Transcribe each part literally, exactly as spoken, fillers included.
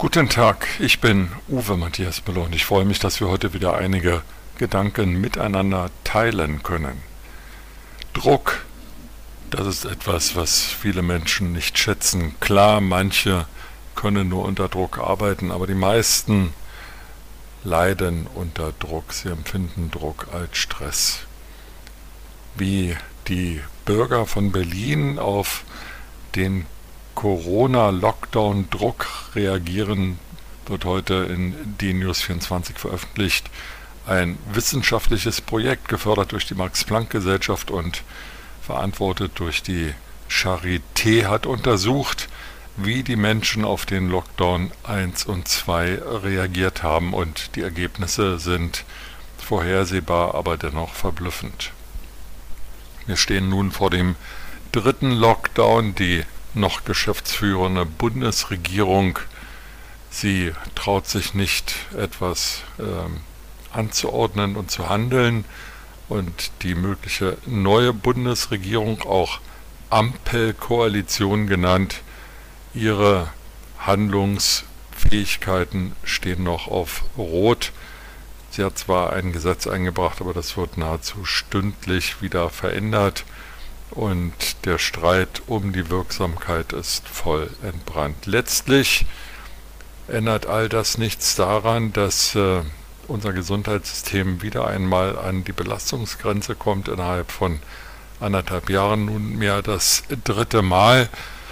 Guten Tag, ich bin Uwe Matthias Müller und ich freue mich, dass wir heute wieder einige Gedanken miteinander teilen können. Druck, das ist etwas, was viele Menschen nicht schätzen. Klar, manche können nur unter Druck arbeiten, aber die meisten leiden unter Druck. Sie empfinden Druck als Stress. Wie die Bürger von Berlin auf den Corona-Lockdown-Druck reagieren, wird heute in D News vierundzwanzig veröffentlicht. Ein wissenschaftliches Projekt, gefördert durch die Max-Planck-Gesellschaft und verantwortet durch die Charité, hat untersucht, wie die Menschen auf den Lockdown eins und zwei reagiert haben, und die Ergebnisse sind vorhersehbar, aber dennoch verblüffend. Wir stehen nun vor dem dritten Lockdown. Die noch geschäftsführende Bundesregierung, sie traut sich nicht, etwas ähm, anzuordnen und zu handeln, und die mögliche neue Bundesregierung, auch Ampelkoalition genannt, ihre Handlungsfähigkeiten stehen noch auf Rot. Sie hat zwar ein Gesetz eingebracht, aber das wird nahezu stündlich wieder verändert. Und der Streit um die Wirksamkeit ist voll entbrannt. Letztlich ändert all das nichts daran, dass äh, unser Gesundheitssystem wieder einmal an die Belastungsgrenze kommt, innerhalb von anderthalb Jahren nunmehr das dritte Mal.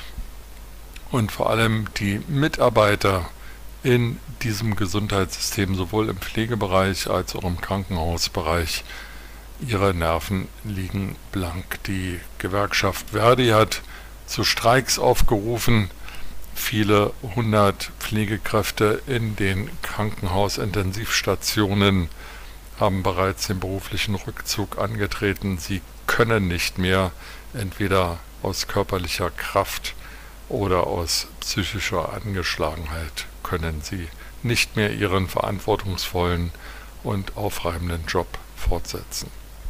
Und vor allem die Mitarbeiter in diesem Gesundheitssystem, sowohl im Pflegebereich als auch im Krankenhausbereich, ihre Nerven liegen blank. Die Gewerkschaft ver.di hat zu Streiks aufgerufen. Viele hundert Pflegekräfte in den Krankenhausintensivstationen haben bereits den beruflichen Rückzug angetreten. Sie können nicht mehr, entweder aus körperlicher Kraft oder aus psychischer Angeschlagenheit, können sie nicht mehr ihren verantwortungsvollen und aufreibenden Job fortsetzen.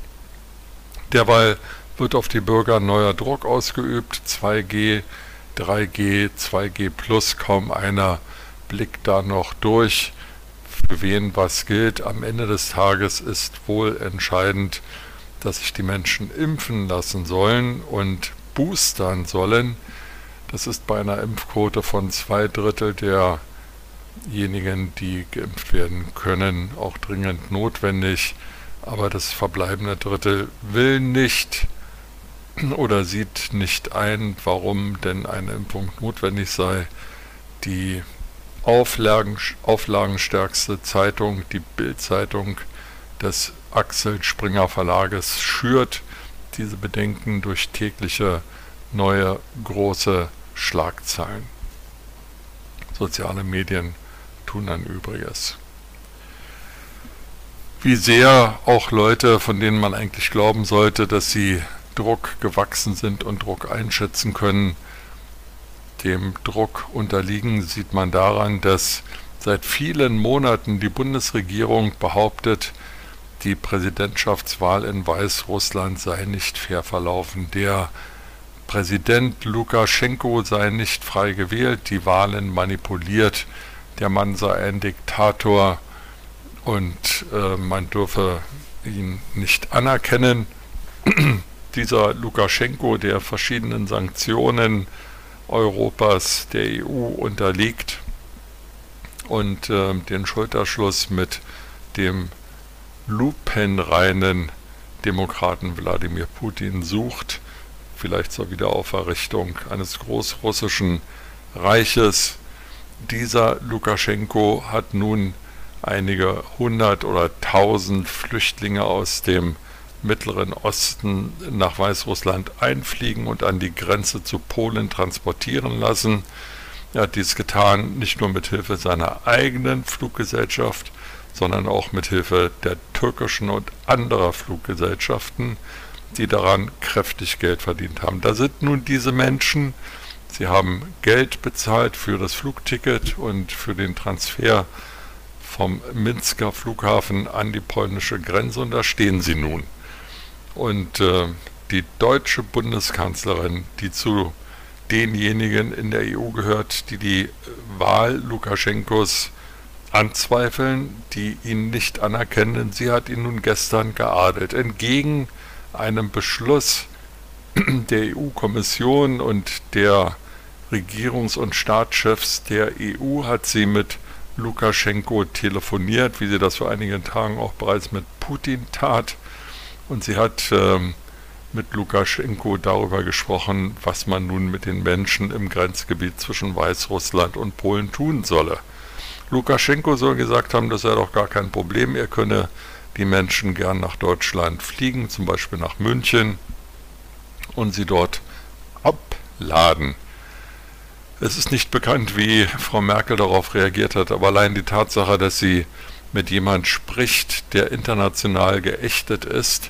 Derweil wird auf die Bürger neuer Druck ausgeübt. zwei G, drei G, zwei G plus, kaum einer blickt da noch durch, für wen was gilt. Am Ende des Tages ist wohl entscheidend, dass sich die Menschen impfen lassen sollen und boostern sollen. Das ist bei einer Impfquote von zwei Drittel derjenigen, die geimpft werden können, auch dringend notwendig. Aber das verbleibende Drittel will nicht oder sieht nicht ein, warum denn eine Impfung notwendig sei. Die Auflagen, auflagenstärkste Zeitung, die Bild-Zeitung des Axel Springer Verlages, schürt diese Bedenken durch tägliche neue große Schlagzeilen. Soziale Medien tun ein Übriges. Wie sehr auch Leute, von denen man eigentlich glauben sollte, dass sie Druck gewachsen sind und Druck einschätzen können, dem Druck unterliegen, sieht man daran, dass seit vielen Monaten die Bundesregierung behauptet, die Präsidentschaftswahl in Weißrussland sei nicht fair verlaufen. Der Präsident Lukaschenko sei nicht frei gewählt, die Wahlen manipuliert, der Mann sei ein Diktator und äh, man dürfe ihn nicht anerkennen. Dieser Lukaschenko, der verschiedenen Sanktionen Europas, der E U unterliegt und äh, den Schulterschluss mit dem lupenreinen Demokraten Wladimir Putin sucht, vielleicht zur Wiederauferrichtung eines großrussischen Reiches. Dieser Lukaschenko hat nun einige hundert oder tausend Flüchtlinge aus dem Mittleren Osten nach Weißrussland einfliegen und an die Grenze zu Polen transportieren lassen. Er hat dies getan, nicht nur mit Hilfe seiner eigenen Fluggesellschaft, sondern auch mit Hilfe der türkischen und anderer Fluggesellschaften, die daran kräftig Geld verdient haben. Da sind nun diese Menschen, sie haben Geld bezahlt für das Flugticket und für den Transfer vom Minsker Flughafen an die polnische Grenze, und da stehen sie nun. Und äh, die deutsche Bundeskanzlerin, die zu denjenigen in der E U gehört, die die Wahl Lukaschenkos anzweifeln, die ihn nicht anerkennen. Sie hat ihn nun gestern geadelt. Entgegen einem Beschluss der E U-Kommission und der Regierungs- und Staatschefs der E U hat sie mit Lukaschenko telefoniert, wie sie das vor einigen Tagen auch bereits mit Putin tat. Und sie hat ähm, mit Lukaschenko darüber gesprochen, was man nun mit den Menschen im Grenzgebiet zwischen Weißrussland und Polen tun solle. Lukaschenko soll gesagt haben, das sei doch gar kein Problem, er könne die Menschen gern nach Deutschland fliegen, zum Beispiel nach München, und sie dort abladen. Es ist nicht bekannt, wie Frau Merkel darauf reagiert hat, aber allein die Tatsache, dass sie mit jemand spricht, der international geächtet ist,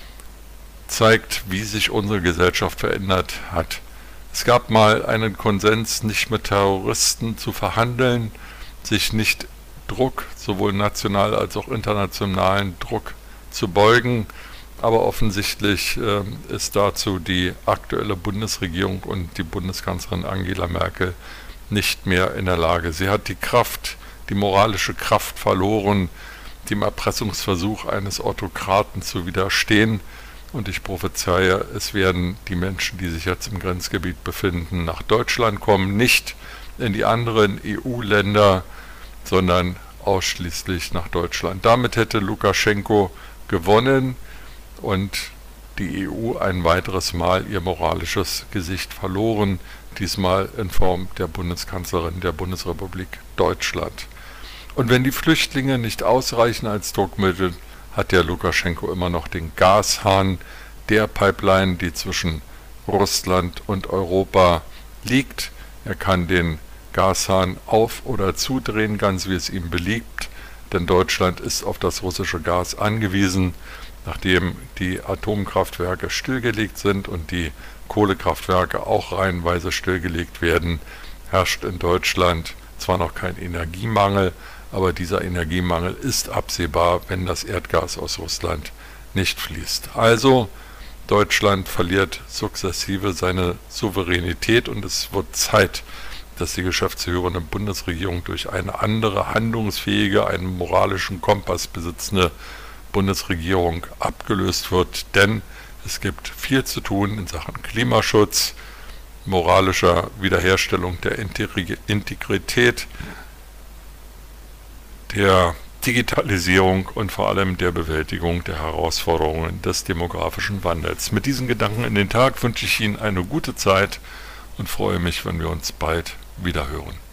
zeigt, wie sich unsere Gesellschaft verändert hat. Es gab mal einen Konsens, nicht mit Terroristen zu verhandeln, sich nicht Druck, sowohl national als auch internationalen Druck zu beugen, aber offensichtlich äh, ist dazu die aktuelle Bundesregierung und die Bundeskanzlerin Angela Merkel nicht mehr in der Lage. Sie hat die Kraft, die moralische Kraft verloren, dem Erpressungsversuch eines Autokraten zu widerstehen. Und ich prophezeie, es werden die Menschen, die sich jetzt im Grenzgebiet befinden, nach Deutschland kommen, nicht in die anderen E U-Länder, sondern ausschließlich nach Deutschland. Damit hätte Lukaschenko gewonnen und die E U ein weiteres Mal ihr moralisches Gesicht verloren, diesmal in Form der Bundeskanzlerin der Bundesrepublik Deutschland. Und wenn die Flüchtlinge nicht ausreichen als Druckmittel, hat der Lukaschenko immer noch den Gashahn der Pipeline, die zwischen Russland und Europa liegt. Er kann den Gashahn auf- oder zudrehen, ganz wie es ihm beliebt, denn Deutschland ist auf das russische Gas angewiesen. Nachdem die Atomkraftwerke stillgelegt sind und die Kohlekraftwerke auch reihenweise stillgelegt werden, herrscht in Deutschland zwar noch kein Energiemangel, aber dieser Energiemangel ist absehbar, wenn das Erdgas aus Russland nicht fließt. Also Deutschland verliert sukzessive seine Souveränität und es wird Zeit, dass die geschäftsführende Bundesregierung durch eine andere, handlungsfähige, einen moralischen Kompass besitzende Bundesregierung abgelöst wird, denn es gibt viel zu tun in Sachen Klimaschutz, moralischer Wiederherstellung der Integrität, der Digitalisierung und vor allem der Bewältigung der Herausforderungen des demografischen Wandels. Mit diesen Gedanken in den Tag wünsche ich Ihnen eine gute Zeit und freue mich, wenn wir uns bald wieder hören.